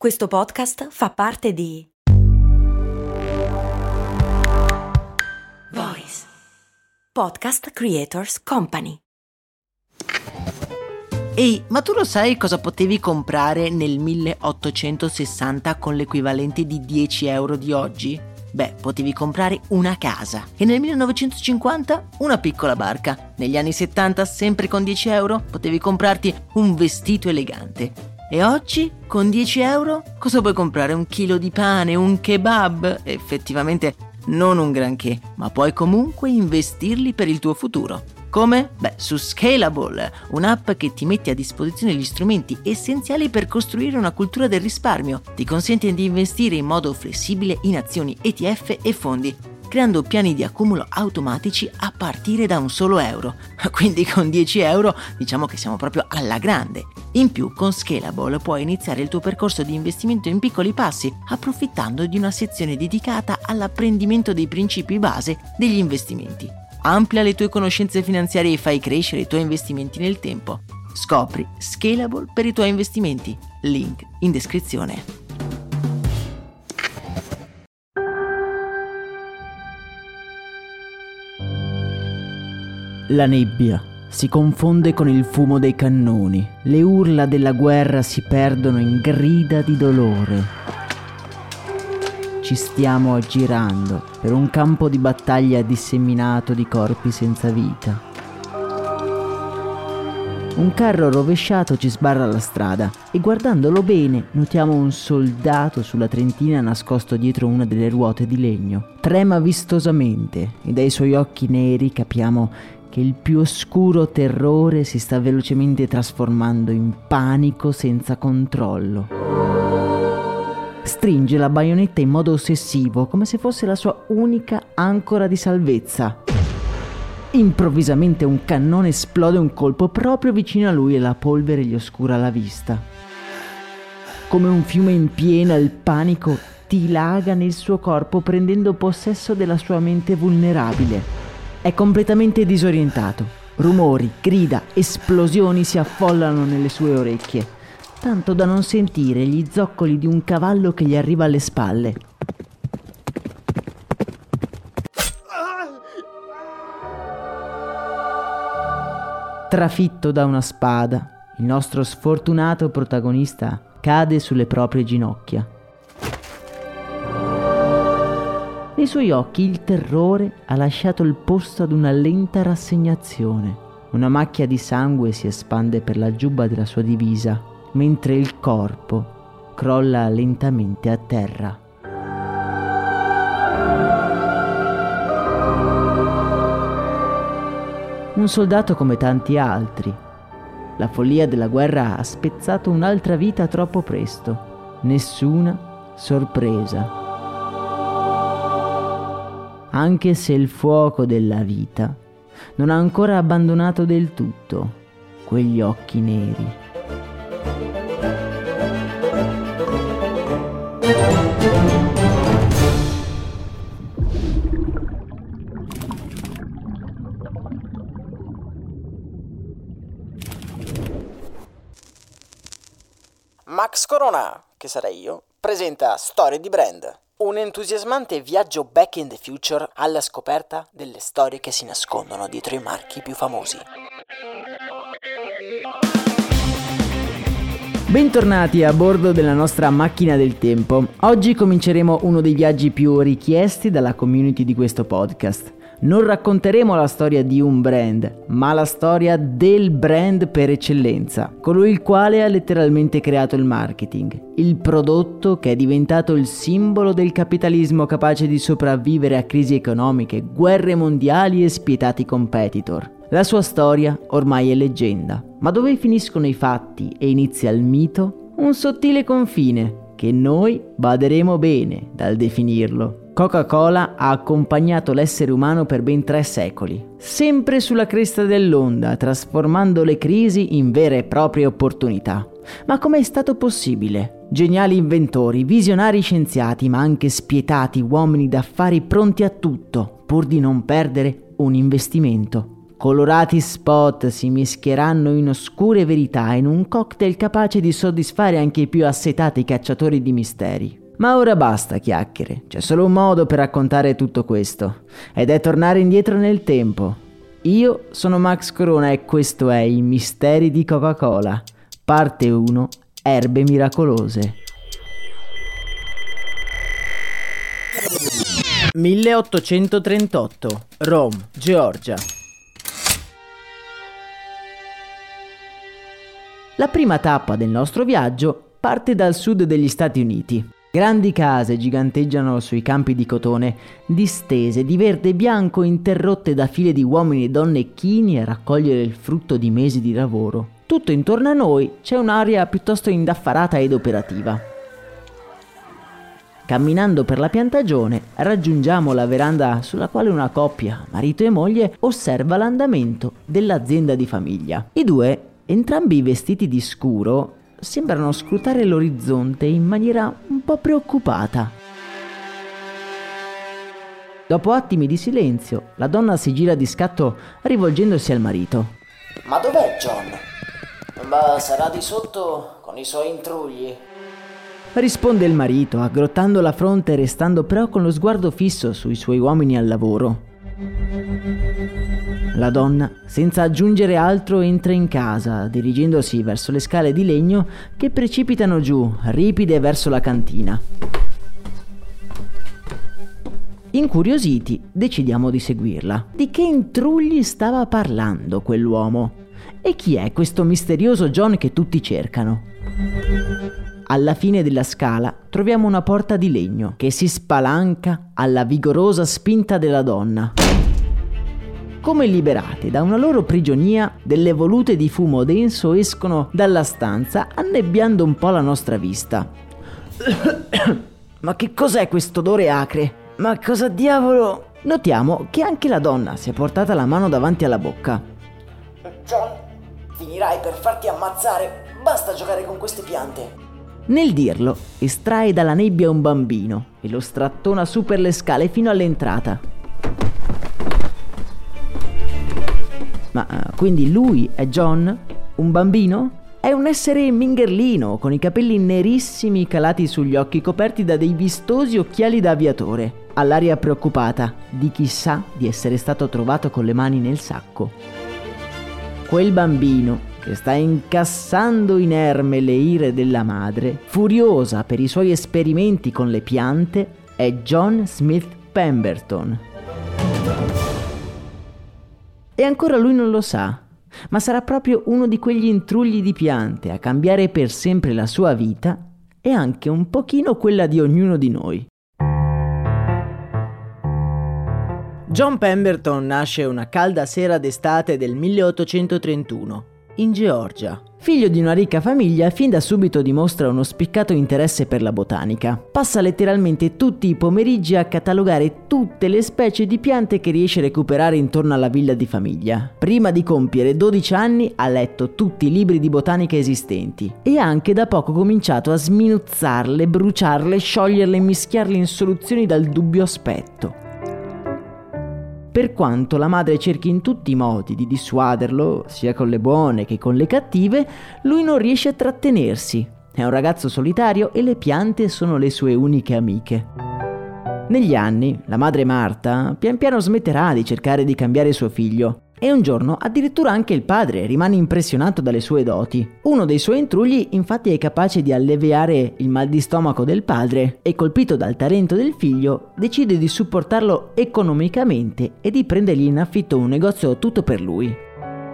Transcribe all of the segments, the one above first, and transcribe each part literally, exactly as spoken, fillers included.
Questo podcast fa parte di Voice Podcast Creators Company. Ehi, ma tu lo sai cosa potevi comprare nel milleottocentosessanta con l'equivalente di dieci euro di oggi? Beh, potevi comprare una casa. E nel millenovecentocinquanta una piccola barca. Negli anni settanta, sempre con dieci euro, potevi comprarti un vestito elegante. E oggi, con dieci euro, cosa puoi comprare? Un chilo di pane, un kebab? Effettivamente non un granché, ma puoi comunque investirli per il tuo futuro. Come? Beh, su Scalable, un'app che ti mette a disposizione gli strumenti essenziali per costruire una cultura del risparmio. Ti consente di investire in modo flessibile in azioni, E T F e fondi, creando piani di accumulo automatici a partire da un solo euro. Quindi con dieci euro diciamo che siamo proprio alla grande. In più, con Scalable puoi iniziare il tuo percorso di investimento in piccoli passi, approfittando di una sezione dedicata all'apprendimento dei principi base degli investimenti. Amplia le tue conoscenze finanziarie e fai crescere i tuoi investimenti nel tempo. Scopri Scalable per i tuoi investimenti. Link in descrizione. La nebbia si confonde con il fumo dei cannoni. Le urla della guerra si perdono in grida di dolore. Ci stiamo aggirando per un campo di battaglia disseminato di corpi senza vita. Un carro rovesciato ci sbarra la strada e guardandolo bene notiamo un soldato sulla trentina nascosto dietro una delle ruote di legno. Trema vistosamente e dai suoi occhi neri capiamo che il più oscuro terrore si sta velocemente trasformando in panico senza controllo. Stringe la baionetta in modo ossessivo, come se fosse la sua unica ancora di salvezza. Improvvisamente un cannone esplode un colpo proprio vicino a lui e la polvere gli oscura la vista. Come un fiume in piena, il panico dilaga nel suo corpo prendendo possesso della sua mente vulnerabile. È completamente disorientato. Rumori, grida, esplosioni si affollano nelle sue orecchie, tanto da non sentire gli zoccoli di un cavallo che gli arriva alle spalle. Trafitto da una spada, il nostro sfortunato protagonista cade sulle proprie ginocchia. Nei suoi occhi il terrore ha lasciato il posto ad una lenta rassegnazione. Una macchia di sangue si espande per la giubba della sua divisa, mentre il corpo crolla lentamente a terra. Un soldato come tanti altri. La follia della guerra ha spezzato un'altra vita troppo presto. Nessuna sorpresa. Anche se il fuoco della vita non ha ancora abbandonato del tutto quegli occhi neri. Max Corona, che sarei io, presenta Storie di Brand, un entusiasmante viaggio back in the future alla scoperta delle storie che si nascondono dietro i marchi più famosi. Bentornati a bordo della nostra macchina del tempo. Oggi cominceremo uno dei viaggi più richiesti dalla community di questo podcast. Non racconteremo la storia di un brand, ma la storia del brand per eccellenza, colui il quale ha letteralmente creato il marketing, il prodotto che è diventato il simbolo del capitalismo capace di sopravvivere a crisi economiche, guerre mondiali e spietati competitor. La sua storia ormai è leggenda, ma dove finiscono i fatti e inizia il mito? Un sottile confine che noi baderemo bene dal definirlo. Coca-Cola ha accompagnato l'essere umano per ben tre secoli, sempre sulla cresta dell'onda, trasformando le crisi in vere e proprie opportunità. Ma com'è stato possibile? Geniali inventori, visionari scienziati, ma anche spietati uomini d'affari pronti a tutto, pur di non perdere un investimento. Colorati spot si mischieranno in oscure verità in un cocktail capace di soddisfare anche i più assetati cacciatori di misteri. Ma ora basta chiacchiere, c'è solo un modo per raccontare tutto questo, ed è tornare indietro nel tempo. Io sono Max Corona e questo è I Misteri di Coca-Cola, parte uno, Erbe miracolose. milleottocentotrentotto, Rome, Georgia. La prima tappa del nostro viaggio parte dal sud degli Stati Uniti. Grandi case giganteggiano sui campi di cotone, distese di verde e bianco, interrotte da file di uomini e donne chini a raccogliere il frutto di mesi di lavoro. Tutto intorno a noi c'è un'aria piuttosto indaffarata ed operativa. Camminando per la piantagione raggiungiamo la veranda sulla quale una coppia, marito e moglie, osserva l'andamento dell'azienda di famiglia. I due, entrambi vestiti di scuro, sembrano scrutare l'orizzonte in maniera un po' preoccupata. Dopo attimi di silenzio, la donna si gira di scatto rivolgendosi al marito. Ma dov'è John? Ma sarà di sotto con i suoi intrugli? Risponde il marito, aggrottando la fronte e restando però con lo sguardo fisso sui suoi uomini al lavoro. La donna, senza aggiungere altro, entra in casa, dirigendosi verso le scale di legno che precipitano giù, ripide verso la cantina. Incuriositi, decidiamo di seguirla. Di che intrugli stava parlando quell'uomo? E chi è questo misterioso John che tutti cercano? Alla fine della scala troviamo una porta di legno che si spalanca alla vigorosa spinta della donna. Come liberate da una loro prigionia, delle volute di fumo denso escono dalla stanza, annebbiando un po' la nostra vista. Ma che cos'è questo odore acre? Ma cosa diavolo? Notiamo che anche la donna si è portata la mano davanti alla bocca. John, finirai per farti ammazzare. Basta giocare con queste piante. Nel dirlo, estrae dalla nebbia un bambino e lo strattona su per le scale fino all'entrata. Ma quindi lui è John? Un bambino? È un essere mingherlino, con i capelli nerissimi calati sugli occhi, coperti da dei vistosi occhiali da aviatore, all'aria preoccupata di chi sa di essere stato trovato con le mani nel sacco. Quel bambino, che sta incassando inerme le ire della madre, furiosa per i suoi esperimenti con le piante, è John Smith Pemberton. E ancora lui non lo sa, ma sarà proprio uno di quegli intrugli di piante a cambiare per sempre la sua vita e anche un pochino quella di ognuno di noi. John Pemberton nasce una calda sera d'estate del milleottocentotrentuno, in Georgia. Figlio di una ricca famiglia, fin da subito dimostra uno spiccato interesse per la botanica. Passa letteralmente tutti i pomeriggi a catalogare tutte le specie di piante che riesce a recuperare intorno alla villa di famiglia. Prima di compiere dodici anni ha letto tutti i libri di botanica esistenti e ha anche da poco cominciato a sminuzzarle, bruciarle, scioglierle e mischiarle in soluzioni dal dubbio aspetto. Per quanto la madre cerchi in tutti i modi di dissuaderlo, sia con le buone che con le cattive, lui non riesce a trattenersi. È un ragazzo solitario e le piante sono le sue uniche amiche. Negli anni, la madre Marta pian piano smetterà di cercare di cambiare suo figlio. E un giorno addirittura anche il padre rimane impressionato dalle sue doti. Uno dei suoi intrugli infatti è capace di alleviare il mal di stomaco del padre e, colpito dal talento del figlio, decide di supportarlo economicamente e di prendergli in affitto un negozio tutto per lui.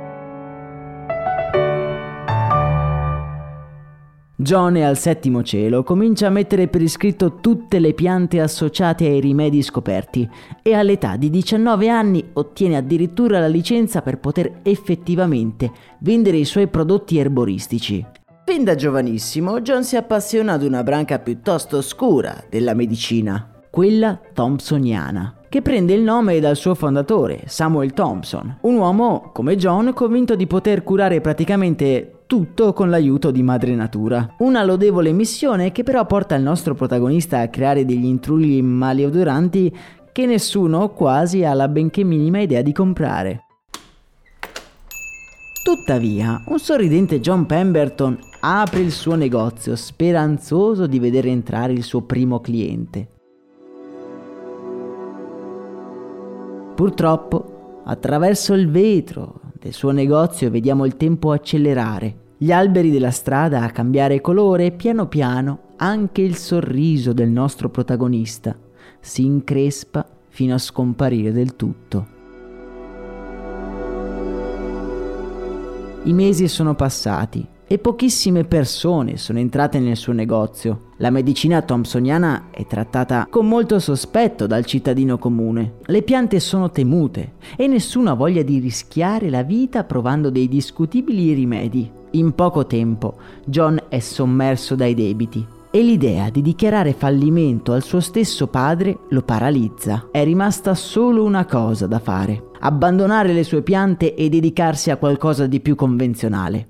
John è al settimo cielo, comincia a mettere per iscritto tutte le piante associate ai rimedi scoperti e all'età di diciannove anni ottiene addirittura la licenza per poter effettivamente vendere i suoi prodotti erboristici. Fin da giovanissimo John si appassiona ad una branca piuttosto oscura della medicina, quella thompsoniana, che prende il nome dal suo fondatore, Samuel Thompson, un uomo come John convinto di poter curare praticamente tutto con l'aiuto di madre natura. Una lodevole missione che però porta il nostro protagonista a creare degli intrugli maleodoranti che nessuno quasi ha la benché minima idea di comprare. Tuttavia, un sorridente John Pemberton apre il suo negozio speranzoso di vedere entrare il suo primo cliente. Purtroppo, attraverso il vetro del suo negozio vediamo il tempo accelerare, gli alberi della strada a cambiare colore e piano piano anche il sorriso del nostro protagonista si increspa fino a scomparire del tutto. I mesi sono passati e pochissime persone sono entrate nel suo negozio. La medicina thompsoniana è trattata con molto sospetto dal cittadino comune. Le piante sono temute e nessuno ha voglia di rischiare la vita provando dei discutibili rimedi. In poco tempo John è sommerso dai debiti e l'idea di dichiarare fallimento al suo stesso padre lo paralizza. È rimasta solo una cosa da fare: abbandonare le sue piante e dedicarsi a qualcosa di più convenzionale.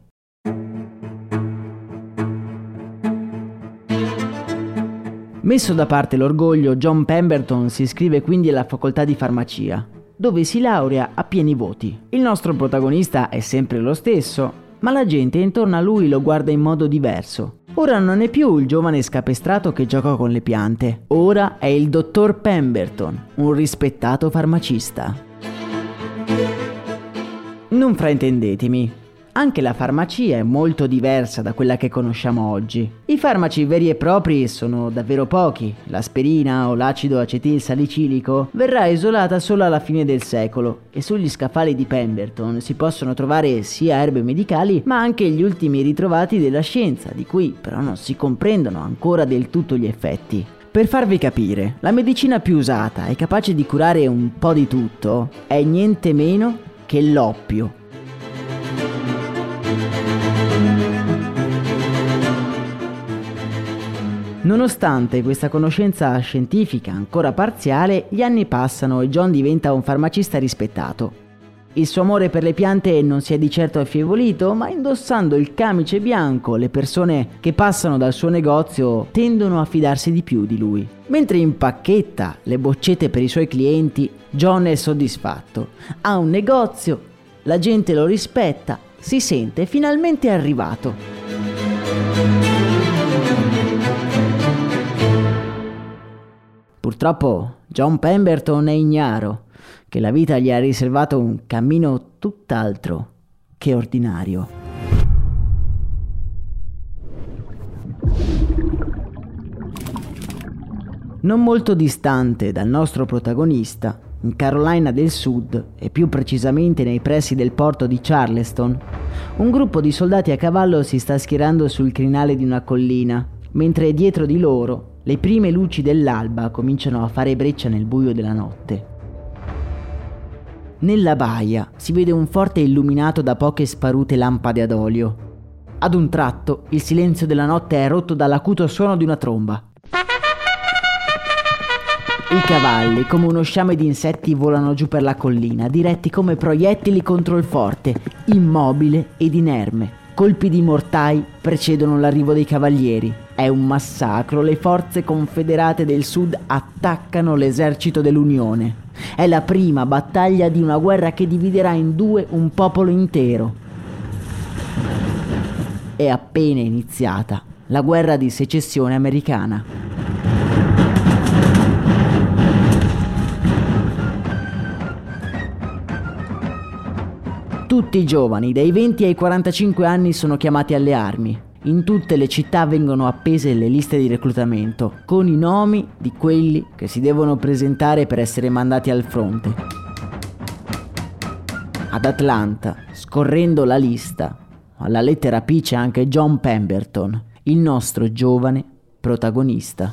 Messo da parte l'orgoglio, John Pemberton si iscrive quindi alla facoltà di farmacia, dove si laurea a pieni voti. Il nostro protagonista è sempre lo stesso, ma la gente intorno a lui lo guarda in modo diverso. Ora non è più il giovane scapestrato che gioca con le piante, ora è il dottor Pemberton, un rispettato farmacista. Non fraintendetemi, anche la farmacia è molto diversa da quella che conosciamo oggi. I farmaci veri e propri sono davvero pochi. L'aspirina o l'acido acetilsalicilico verrà isolata solo alla fine del secolo e sugli scaffali di Pemberton si possono trovare sia erbe medicali ma anche gli ultimi ritrovati della scienza, di cui però non si comprendono ancora del tutto gli effetti. Per farvi capire, la medicina più usata e capace di curare un po' di tutto è niente meno che l'oppio. Nonostante questa conoscenza scientifica ancora parziale, gli anni passano e John diventa un farmacista rispettato. Il suo amore per le piante non si è di certo affievolito, ma indossando il camice bianco, le persone che passano dal suo negozio tendono a fidarsi di più di lui. Mentre impacchetta le boccette per i suoi clienti, John è soddisfatto. Ha un negozio, la gente lo rispetta, si sente finalmente arrivato. Purtroppo John Pemberton è ignaro che la vita gli ha riservato un cammino tutt'altro che ordinario. Non molto distante dal nostro protagonista, in Carolina del Sud e più precisamente nei pressi del porto di Charleston, un gruppo di soldati a cavallo si sta schierando sul crinale di una collina, mentre dietro di loro le prime luci dell'alba cominciano a fare breccia nel buio della notte. Nella baia si vede un forte illuminato da poche sparute lampade ad olio. Ad un tratto il silenzio della notte è rotto dall'acuto suono di una tromba. I cavalli, come uno sciame di insetti, volano giù per la collina, diretti come proiettili contro il forte, immobile ed inerme. Colpi di mortai precedono l'arrivo dei cavalieri. È un massacro, le forze confederate del Sud attaccano l'esercito dell'Unione. È la prima battaglia di una guerra che dividerà in due un popolo intero. È appena iniziata la guerra di secessione americana. Tutti i giovani, dai venti ai quarantacinque anni, sono chiamati alle armi. In tutte le città vengono appese le liste di reclutamento, con i nomi di quelli che si devono presentare per essere mandati al fronte. Ad Atlanta, scorrendo la lista, alla lettera P c'è anche John Pemberton, il nostro giovane protagonista.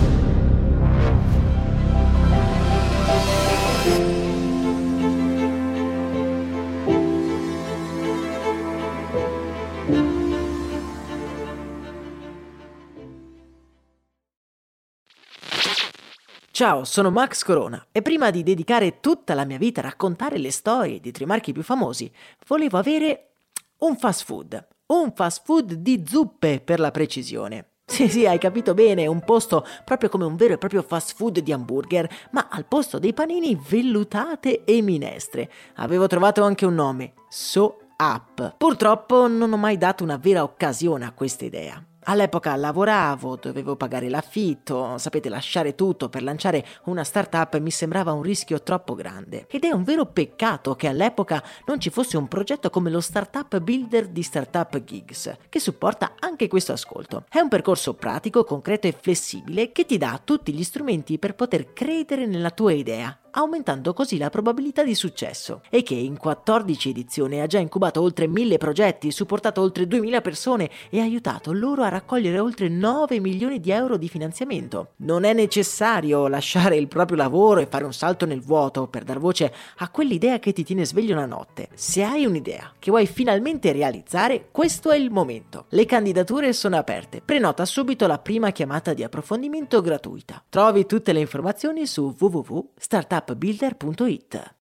Ciao, sono Max Corona e prima di dedicare tutta la mia vita a raccontare le storie di tre marchi più famosi, volevo avere un fast food, un fast food di zuppe per la precisione. Sì, sì, hai capito bene, un posto proprio come un vero e proprio fast food di hamburger, ma al posto dei panini vellutate e minestre. Avevo trovato anche un nome, So Up. Purtroppo non ho mai dato una vera occasione a questa idea. All'epoca lavoravo, dovevo pagare l'affitto, sapete, lasciare tutto per lanciare una startup mi sembrava un rischio troppo grande. Ed è un vero peccato che all'epoca non ci fosse un progetto come lo Startup Builder di Startup Gigs, che supporta anche questo ascolto. È un percorso pratico, concreto e flessibile che ti dà tutti gli strumenti per poter credere nella tua idea, aumentando così la probabilità di successo, e che in quattordici edizioni ha già incubato oltre mille progetti, supportato oltre duemila persone e aiutato loro a raccogliere oltre nove milioni di euro di finanziamento. Non è necessario lasciare il proprio lavoro e fare un salto nel vuoto per dar voce a quell'idea che ti tiene sveglio la notte. Se hai un'idea che vuoi finalmente realizzare, questo è il momento. Le candidature sono aperte. Prenota subito la prima chiamata di approfondimento gratuita. Trovi tutte le informazioni su w w w punto startup builder punto it.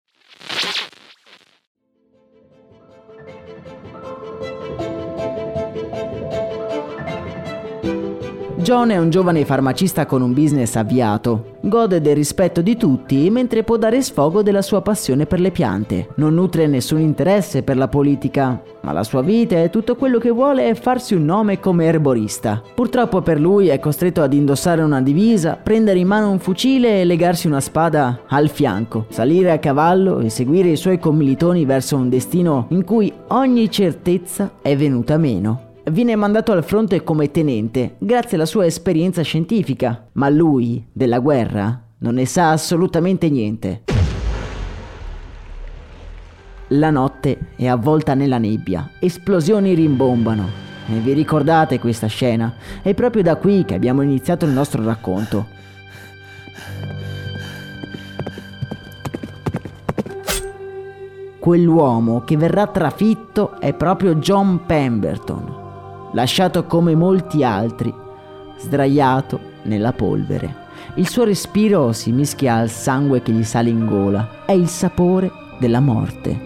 John è un giovane farmacista con un business avviato. Gode del rispetto di tutti mentre può dare sfogo della sua passione per le piante. Non nutre nessun interesse per la politica, ma la sua vita e tutto quello che vuole è farsi un nome come erborista. Purtroppo per lui è costretto ad indossare una divisa, prendere in mano un fucile e legarsi una spada al fianco, salire a cavallo e seguire i suoi commilitoni verso un destino in cui ogni certezza è venuta meno. Viene mandato al fronte come tenente, grazie alla sua esperienza scientifica, ma lui, della guerra, non ne sa assolutamente niente. La notte è avvolta nella nebbia, esplosioni rimbombano. E vi ricordate questa scena? È proprio da qui che abbiamo iniziato il nostro racconto. Quell'uomo che verrà trafitto è proprio John Pemberton, lasciato come molti altri, sdraiato nella polvere. Il suo respiro si mischia al sangue che gli sale in gola. È il sapore della morte.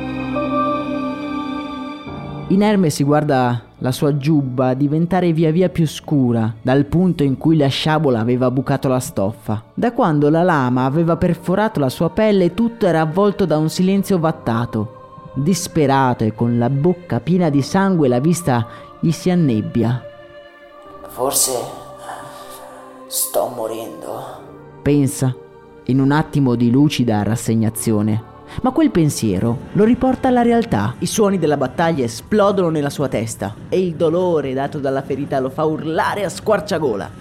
Inerme si guarda la sua giubba diventare via via più scura dal punto in cui la sciabola aveva bucato la stoffa. Da quando la lama aveva perforato la sua pelle tutto era avvolto da un silenzio vattato. Disperato e con la bocca piena di sangue la vista gli si annebbia. Forse sto morendo, pensa in un attimo di lucida rassegnazione. Ma quel pensiero lo riporta alla realtà. I suoni della battaglia esplodono nella sua testa e il dolore dato dalla ferita lo fa urlare a squarciagola.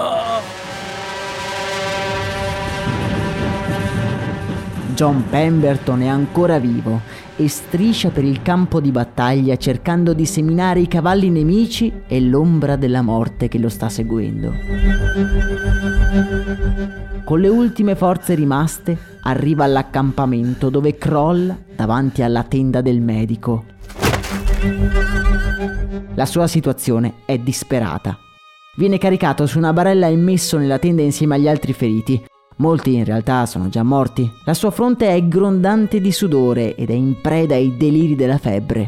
John Pemberton è ancora vivo e striscia per il campo di battaglia cercando di seminare i cavalli nemici e l'ombra della morte che lo sta seguendo. Con le ultime forze rimaste arriva all'accampamento dove crolla davanti alla tenda del medico. La sua situazione è disperata. Viene caricato su una barella e messo nella tenda insieme agli altri feriti. Molti in realtà sono già morti. La sua fronte è grondante di sudore ed è in preda ai deliri della febbre.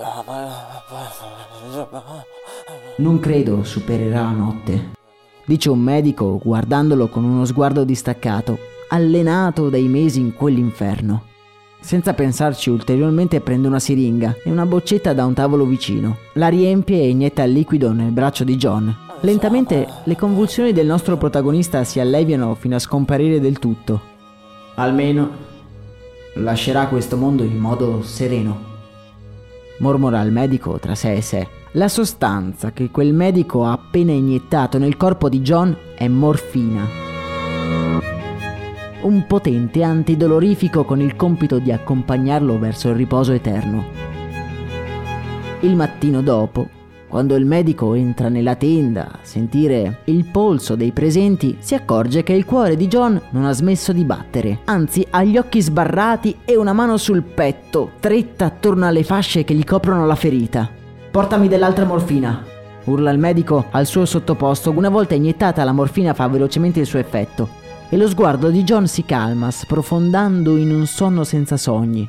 Non credo supererà la notte, dice un medico guardandolo con uno sguardo distaccato, allenato dai mesi in quell'inferno. Senza pensarci ulteriormente prende una siringa e una boccetta da un tavolo vicino. La riempie e inietta il liquido nel braccio di John. Lentamente le convulsioni del nostro protagonista si alleviano fino a scomparire del tutto. Almeno lascerà questo mondo in modo sereno, mormora il medico tra sé e sé. La sostanza che quel medico ha appena iniettato nel corpo di John è morfina, un potente antidolorifico con il compito di accompagnarlo verso il riposo eterno. Il mattino dopo, quando il medico entra nella tenda a sentire il polso dei presenti, si accorge che il cuore di John non ha smesso di battere, anzi ha gli occhi sbarrati e una mano sul petto, stretta attorno alle fasce che gli coprono la ferita. «Portami dell'altra morfina», urla il medico al suo sottoposto. Una volta iniettata, la morfina fa velocemente il suo effetto e lo sguardo di John si calma, sprofondando in un sonno senza sogni.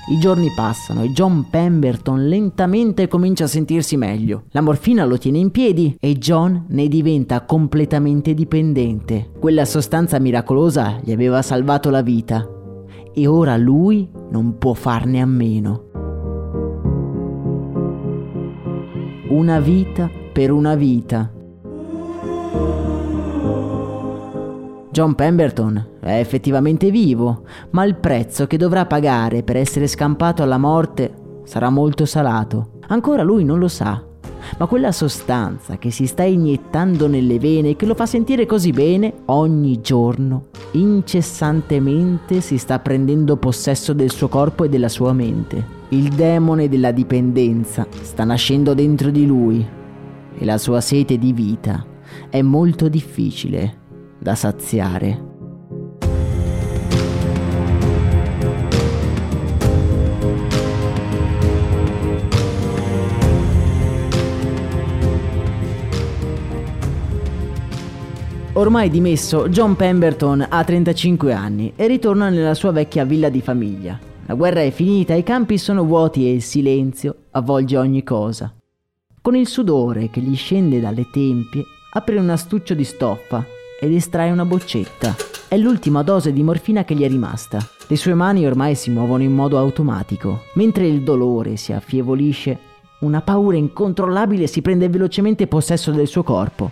I giorni passano e John Pemberton lentamente comincia a sentirsi meglio. La morfina lo tiene in piedi e John ne diventa completamente dipendente. Quella sostanza miracolosa gli aveva salvato la vita e ora lui non può farne a meno. Una vita per una vita. John Pemberton è effettivamente vivo, ma il prezzo che dovrà pagare per essere scampato alla morte sarà molto salato. Ancora lui non lo sa, ma quella sostanza che si sta iniettando nelle vene e che lo fa sentire così bene, ogni giorno, incessantemente si sta prendendo possesso del suo corpo e della sua mente. Il demone della dipendenza sta nascendo dentro di lui e la sua sete di vita è molto difficile da saziare. Ormai dimesso, John Pemberton ha trentacinque anni e ritorna nella sua vecchia villa di famiglia. La guerra è finita, i campi sono vuoti e il silenzio avvolge ogni cosa. Con il sudore che gli scende dalle tempie, apre un astuccio di stoffa ed estrae una boccetta. È l'ultima dose di morfina che gli è rimasta. Le sue mani ormai si muovono in modo automatico. Mentre il dolore si affievolisce, una paura incontrollabile si prende velocemente possesso del suo corpo.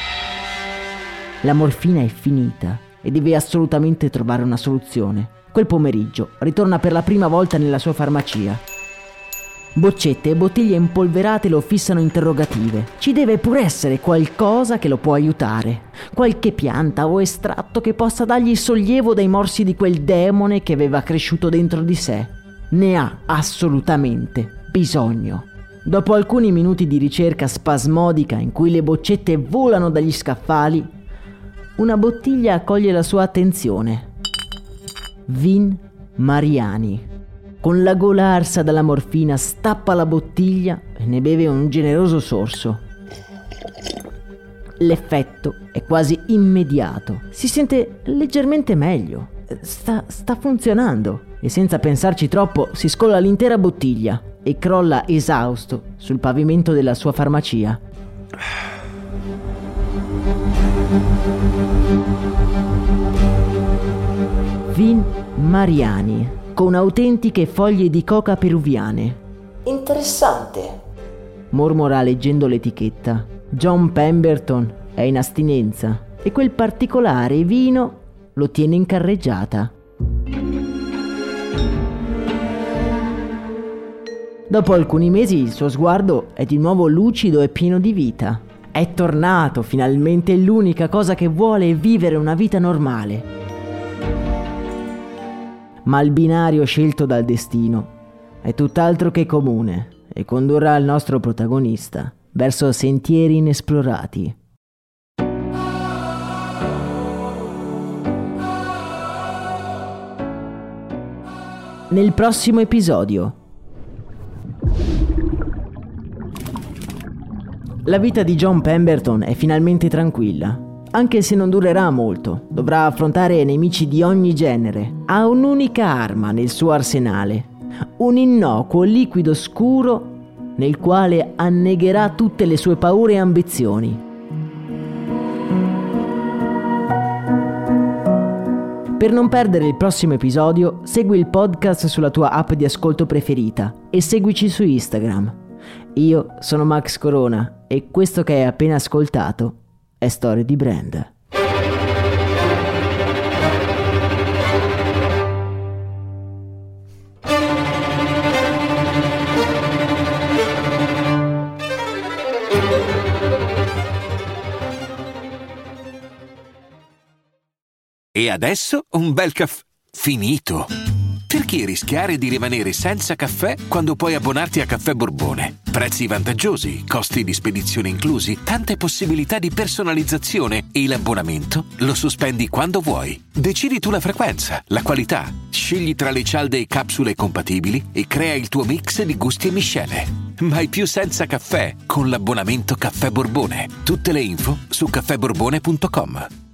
La morfina è finita e deve assolutamente trovare una soluzione. Quel pomeriggio ritorna per la prima volta nella sua farmacia. Boccette e bottiglie impolverate lo fissano interrogative. Ci deve pure essere qualcosa che lo può aiutare. Qualche pianta o estratto che possa dargli sollievo dai morsi di quel demone che aveva cresciuto dentro di sé. Ne ha assolutamente bisogno. Dopo alcuni minuti di ricerca spasmodica in cui le boccette volano dagli scaffali, una bottiglia accoglie la sua attenzione. Vin Mariani. Con la gola arsa dalla morfina stappa la bottiglia e ne beve un generoso sorso. L'effetto è quasi immediato. Si sente leggermente meglio. Sta, sta funzionando. E senza pensarci troppo si scola l'intera bottiglia e crolla esausto sul pavimento della sua farmacia. Vin Mariani, con autentiche foglie di coca peruviane. Interessante, mormora leggendo l'etichetta. John Pemberton è in astinenza e quel particolare vino lo tiene in carreggiata. Dopo alcuni mesi il suo sguardo è di nuovo lucido e pieno di vita. È tornato finalmente, l'unica cosa che vuole è vivere una vita normale. Ma il binario scelto dal destino è tutt'altro che comune e condurrà il nostro protagonista verso sentieri inesplorati. Nel prossimo episodio. La vita di John Pemberton è finalmente tranquilla. Anche se non durerà molto, dovrà affrontare nemici di ogni genere. Ha un'unica arma nel suo arsenale, un innocuo liquido scuro nel quale annegherà tutte le sue paure e ambizioni. Per non perdere il prossimo episodio, segui il podcast sulla tua app di ascolto preferita e seguici su Instagram. Io sono Max Corona e questo che hai appena ascoltato è Storie di Brand. E adesso un bel caffè finito. Perché rischiare di rimanere senza caffè quando puoi abbonarti a Caffè Borbone? Prezzi vantaggiosi, costi di spedizione inclusi, tante possibilità di personalizzazione e l'abbonamento lo sospendi quando vuoi. Decidi tu la frequenza, la qualità, scegli tra le cialde e capsule compatibili e crea il tuo mix di gusti e miscele. Mai più senza caffè con l'abbonamento Caffè Borbone. Tutte le info su caffè borbone punto com.